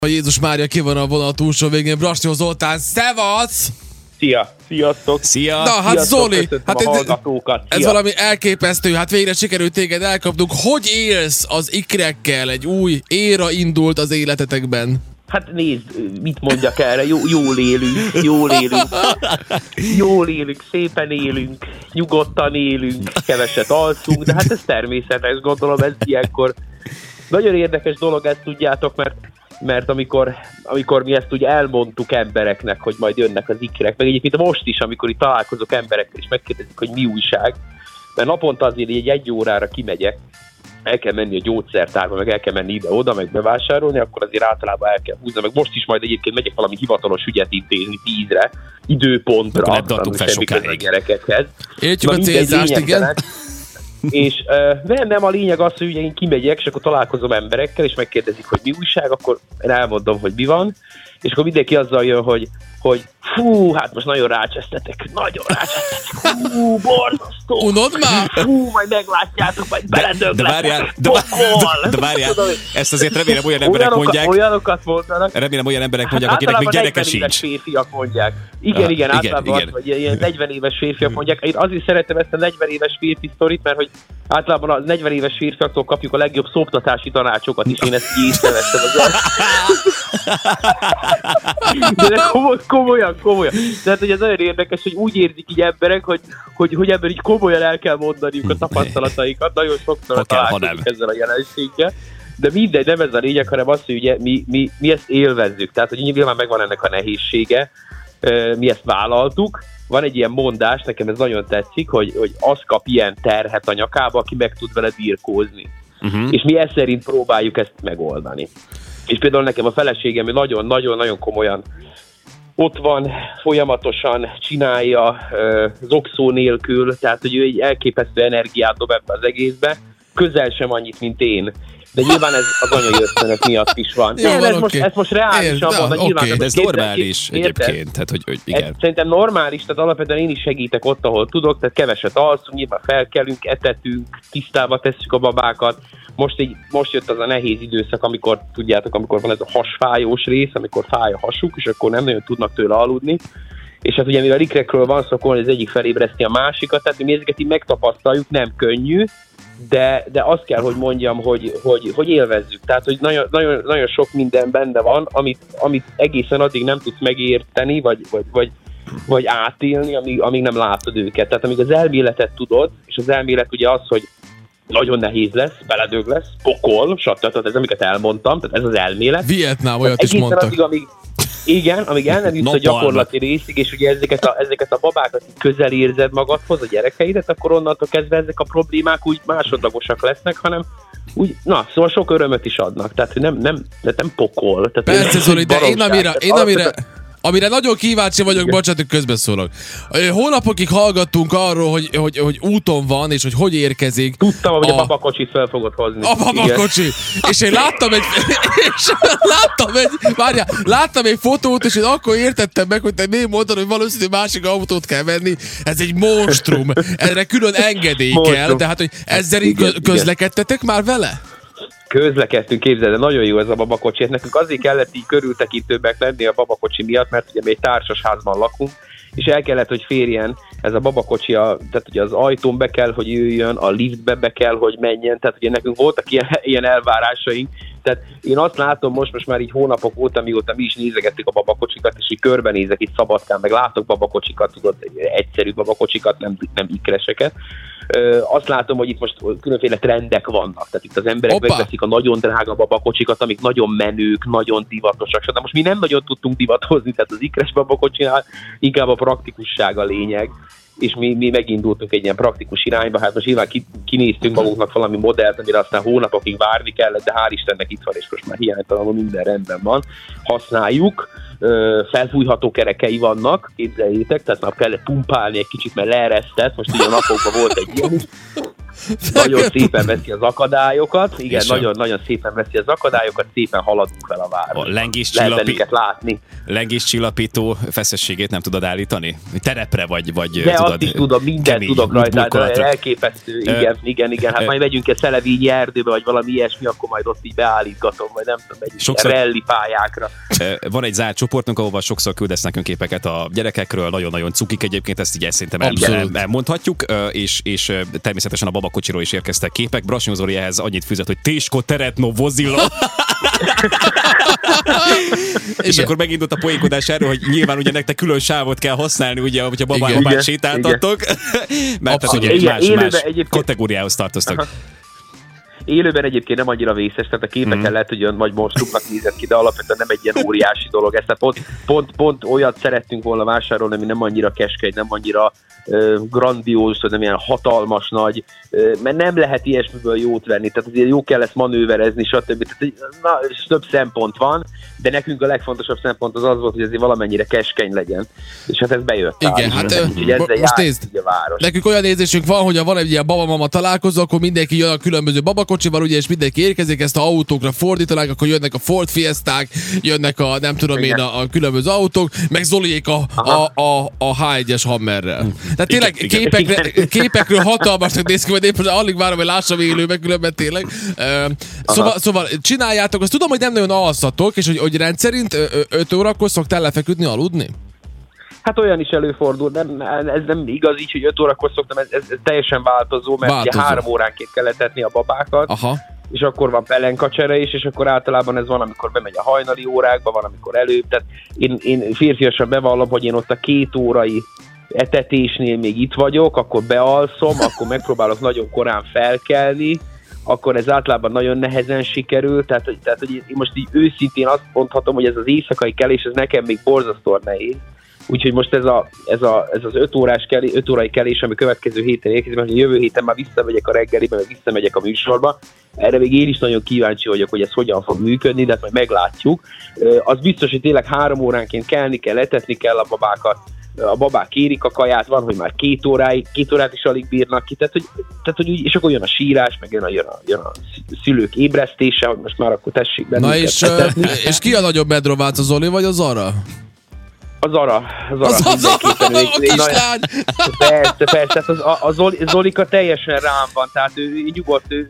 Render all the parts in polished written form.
A Jézus Mária ki van a vonal túlsó végén, Brasnyó Zoltán, szevasz! Szia! Sziasztok! Szia! Na hát Sziasztok, Zoli, hát ez valami elképesztő, hát végre sikerült téged elkapnunk. Hogy élsz az ikrekkel? Egy új éra indult az életetekben. Hát nézd, mit mondjak erre, jól élünk, szépen élünk, nyugodtan élünk, keveset alszunk, de hát ez természetes, gondolom, ez ilyenkor nagyon érdekes dolog, ezt tudjátok, mert amikor mi ezt úgy elmondtuk embereknek, hogy majd jönnek az ikrek, meg egyébként most is, amikor itt találkozok emberekkel, és megkérdezik, hogy mi újság, mert naponta azért egy órára kimegyek, el kell menni a gyógyszertárba, meg el kell menni ide-oda, meg bevásárolni, akkor azért általában el kell húzni, meg most is majd egyébként megyek valami hivatalos ügyet intézni 10-re, időpontra, nem tartunk fel sokáig. Gyerekekhez. Értjük a célzást, igen. És nem a lényeg az, hogy ugye én kimegyek, és akkor találkozom emberekkel, és megkérdezik, hogy mi újság, akkor én elmondom, hogy mi van, és akkor mindenki azzal jön, hogy fú, hát most nagyon rácsesztetek, fú, borzasztó. Unod már? Fú, majd meglátjátok, majd beledögletek. De várjál, ezt azért remélem olyan emberek mondják. Olyanokat mondanak. Remélem olyan emberek mondják, akinek még gyereke sincs. 40 éves férfiak mondják. Igen, általában vagy ilyen 40 éves férfiak mondják. Én azért szeretem ezt a 40 éves férfi sztorit, mert hogy általában a 40 éves férfiaktól kapjuk a legjobb szoptatási tanácsokat is, én ezt így észrevettem az de komolyan. Tehát, hogy ez nagyon érdekes, hogy úgy érzik így emberek, hogy ebben így komolyan el kell mondaniuk a tapasztalataikat. Nagyon sokszor találkozunk ezzel a jelenséggel. De mindegy, nem ez a lényeg, hanem az, hogy ugye mi ezt élvezzük. Tehát, hogy nyilván megvan ennek a nehézsége, mi ezt vállaltuk. Van egy ilyen mondás, nekem ez nagyon tetszik, hogy az kap ilyen terhet a nyakába, aki meg tud vele birkózni. És mi ezt szerint próbáljuk ezt megoldani. És például nekem a feleségem nagyon-nagyon komolyan ott van, folyamatosan csinálja zokszó nélkül, tehát hogy ő egy elképesztő energiát dob ebbe az egészbe, közel sem annyit, mint én. De nyilván ez az anyai ösztönök miatt is van. Jó, ez most reálisan van. Okay. De ez normális egyébként. Tehát, hogy igen. Ez szerintem normális, tehát alapvetően én is segítek ott, ahol tudok, tehát keveset alszunk, nyilván felkelünk, etetünk, tisztába tesszük a babákat. Most jött az a nehéz időszak, amikor van ez a hasfájós rész, amikor fáj a hasuk, és akkor nem nagyon tudnak tőle aludni. És hát ugye mivel ikrekről van szó, akkor az egyik felébreszti a másikat, tehát mi ezeket így megtapasztaljuk, nem könnyű, de azt kell, hogy mondjam, hogy élvezzük. Tehát, hogy nagyon sok minden benne van, amit egészen addig nem tudsz megérteni, vagy átélni, amíg nem látod őket. Tehát amíg az elméletet tudod, és az elmélet ugye az, hogy nagyon nehéz lesz, beledög lesz, pokol, stb. Ez amiket elmondtam, tehát ez az elmélet. Vietnám, olyat is mondtak. Amíg el nem jutsz a gyakorlati részig, és ugye ezeket a babákat közel érzed magadhoz, a gyerekeidet, akkor onnantól kezdve ezek a problémák úgy másodlagosak lesznek, hanem úgy, szóval sok örömöt is adnak, tehát nem pokol. Tehát persze, Zoli, de én amire nagyon kíváncsi vagyok, bocsánat, hogy közbeszólok. Hónapokig hallgattunk arról, hogy úton van, és hogy érkezik. Tudtam, hogy a babakocsit fel fogod hozni. A babakocsi. És én láttam egy fotót, és én akkor értettem meg, hogy te miért mondtad, hogy valószínű másik autót kell venni. Ez egy monstrum. Erre külön engedély kell, tehát hogy ezzel közlekedtetek már vele? Közlekedtünk, képzeld, de nagyon jó ez a babakocsi. Nekünk azért kellett így körültekintőbbek lenni a babakocsi miatt, mert ugye mi egy társasházban lakunk, és el kellett, hogy férjen ez a babakocsi, tehát ugye az ajtón be kell, hogy jöjjön, a liftbe be kell, hogy menjen, tehát ugye nekünk voltak ilyen elvárásaink, tehát én azt látom most már így hónapok óta, mióta mi is nézegettük a babakocsikat, és így körbenézek itt Szabadkán, meg látok babakocsikat, tudod, egyszerű babakocsikat, nem ikreseket. Azt látom, hogy itt most különféle trendek vannak, tehát itt az emberek megveszik a nagyon drága babakocsikat, amik nagyon menők, nagyon divatosak, de most mi nem nagyon tudtunk divatozni, tehát az ikres babakocsinál inkább a praktikusság a lényeg, és mi megindultunk egy ilyen praktikus irányba, hát most nyilván kinéztünk magunknak valami modellt, amire aztán hónapokig várni kellett, de hál' Istennek itt van, és most már hiánytalanul minden rendben van, használjuk, felfújható kerekei vannak, képzeljétek, tehát már kellett pumpálni egy kicsit, mert leeresztett, most ugye a napokban volt egy ilyen. nagyon szépen veszi az akadályokat, igen, És nagyon szépen veszi az akadályokat, szépen haladunk fel a városba. A lehet bennünket látni. lengéscsillapító feszességét nem tudod állítani? Terepre vagy de tudod? azt is tudom, mindent tudok rajta, elképesztő, igen. Hát majd megyünk egy szelevényi erdőbe, vagy valami ilyesmi, akkor majd ott így beállítgatom, vagy nem tudom, megyünk rally pályákra. Van egy zárt csoportunk, ahova sokszor küldesz nekünk képeket a gyerekekről, nagyon-nagyon cukik egyébként, ezt így szerintem elmondhatjuk, és természetesen a babakocsiról is érkeztek képek. Brassnyó Zoli ehhez annyit fűzött, hogy Tésko Teretno vozilla. És akkor megindult a poénkodás erről, hogy nyilván ugye nektek külön sávot kell használni, ugye, hogyha babát sétáltatok, mert tehát ugye más kategóriához tartoztak. Aha. Élőben egyébként nem annyira vészes, tehát a képeken lehet, hogy olyan vagy monstrumnak nézett ki, de alapvetően nem egy ilyen óriási dolog. Ezt pont olyat szerettünk volna vásárolni, ami nem annyira keskeny, nem annyira grandiózus, nem ilyen hatalmas nagy, mert nem lehet ilyesmiből jót venni, tehát azért jó kell ezt manőverezni, stb. Tehát, több szempont van, de nekünk a legfontosabb szempont az volt, hogy azért valamennyire keskeny legyen. És hát ez bejött. Igen, most nézd, nekünk olyan érzésünk van, hogy ha van egy ilyen babamama találkozó, akkor mindenki jön a különböző babakocsival, ugye, és mindenki érkezik, ezt a autókra fordítanák, akkor jönnek a Ford Fiesták, jönnek a nem tudom én a különböző autók, meg Zoliék a H1-es Hammerrel. Tehát tényleg képekről hatalmasnak néz ki, vagy éppen alig várom, hogy lássam élőben, különben tényleg. Szóval csináljátok, azt tudom, hogy nem nagyon alszatok, és hogy rendszerint 5 órakor szoktál lefeküdni, aludni? Hát olyan is előfordul, ez nem igaz így, hogy 5 órakor szoktam, ez teljesen változó, mert ugye 3 óránként kell etetni a babákat. Aha. És akkor van pelenkacsere is, és akkor általában ez van, amikor bemegy a hajnali órákba, van, amikor előbb. Tehát én férfiasan bevallom, hogy én ott a 2 órai etetésnél még itt vagyok, akkor bealszom, akkor megpróbálok nagyon korán felkelni, akkor ez általában nagyon nehezen sikerül, tehát hogy én most így őszintén azt mondhatom, hogy ez az éjszakai kelés, ez nekem még borzasztóan nehéz. Úgyhogy most ez az 5 órai kelés, ami következő héten érkezik, mert jövő héten már visszamegyek a reggelibe, meg visszamegyek a műsorba. Erre még én is nagyon kíváncsi vagyok, hogy ez hogyan fog működni, de majd meglátjuk. Az biztos, hogy tényleg 3 óránként kelni kell, etetni kell a babákat, a babák kérik a kaját, van, hogy már 2 órát is alig bírnak ki, tehát hogy úgy, és akkor jön a sírás, meg jön a szülők ébresztése, hogy most már akkor tessék bennünket. Na és ki a nagyobb medrovác, a Zoli vagy a Zara? A Zara a kislány! Persze, a Zolika teljesen rám van, tehát ő nyugodt, ő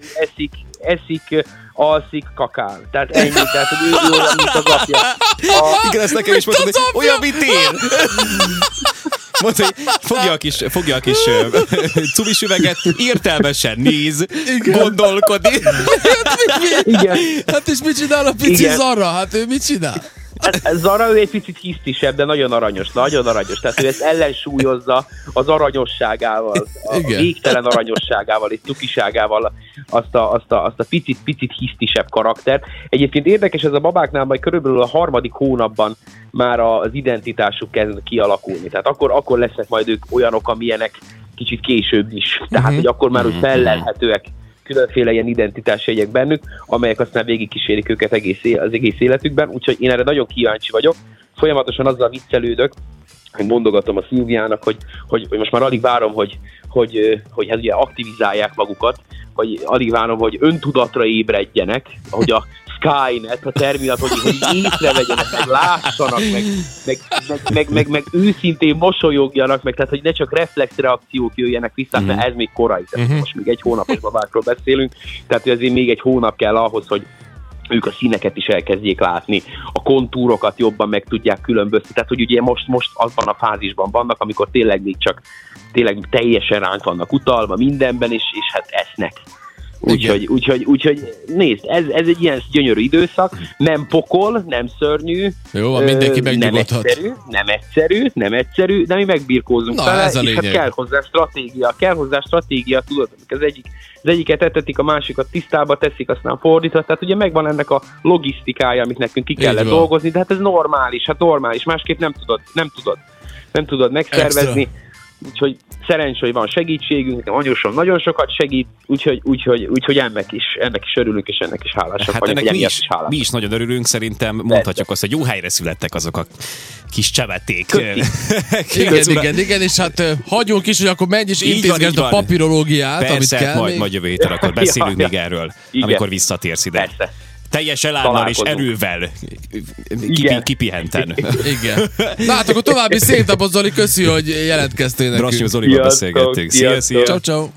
eszik, alszik, kakál. Tehát ennyi, tehát hogy ő olyan, mint az apja. Igen, ezt nekem is mondtad, hogy olyan, mint én! Mondta, hogy fogja a kis cumis üveget, értelmesen néz, gondolkodik. Igen. Hát és mit csinál a pici Zara? Hát ő mit csinál? Zara, ő egy picit hisztisebb, de nagyon aranyos. Tehát ő ezt ellensúlyozza az aranyosságával, a végtelen aranyosságával és cukiságával azt a picit hisztisebb karaktert. Egyébként érdekes, ez a babáknál majd körülbelül a 3. hónapban már az identitásuk kezd kialakulni. Tehát akkor lesznek majd ők olyanok, amilyenek kicsit később is. Tehát, hogy akkor már úgy fellelhetőek különféle ilyen identitásjegyek bennük, amelyek aztán végigkísérik őket az egész életükben, úgyhogy én erre nagyon kíváncsi vagyok. Folyamatosan azzal viccelődök, hogy mondogatom a Szilviának, hogy most már alig várom, hogy hát ugye aktivizálják magukat, vagy alig várom, hogy öntudatra ébredjenek, hogy a Skynet, a Terminator, hogy észrevegyenek, meg lássanak, meg őszintén mosolyogjanak, meg, tehát hogy ne csak reflexreakciók jöjjenek vissza, mert ez még korai, most még 1 hónapos babákról beszélünk, tehát azért még 1 hónap kell ahhoz, hogy ők a színeket is elkezdjék látni, a kontúrokat jobban meg tudják különböztetni, tehát hogy ugye most azban a fázisban vannak, amikor tényleg tényleg teljesen ránk vannak utalva mindenben, és hát esznek. Úgyhogy nézd, ez egy ilyen gyönyörű időszak, nem pokol, nem szörnyű, jó, mindenki megnyugodhat. Nem egyszerű, de mi megbirkózunk vele, és hát kell hozzá stratégia, tudod, az egyiket etetik, a másikat tisztába teszik, aztán fordítva, tehát ugye megvan ennek a logisztikája, amit nekünk ki kellett dolgozni, de hát ez normális, másképp nem tudod megszervezni. úgyhogy szerencsé, hogy van segítségünk, nekem anyósom nagyon sokat segít, úgyhogy ennek is örülünk, és ennek is hálásak vagyunk. Hát mi is nagyon örülünk, szerintem mondhatjuk azt, hogy jó helyre születtek azok a kis cseveték. Igen, és hát hagyunk is, hogy akkor menj és intézgesd a papírológiát, persze, amit kell. majd jövő héten akkor beszélünk még erről, amikor visszatérsz ide. Persze. Teljes elánnal és erővel kipihenten. Igen. Na hát akkor további szép napot, Zoli, köszi, hogy jelentkeztél nekünk. Brassnyó Zolival beszélgettünk. Szia. Ciao.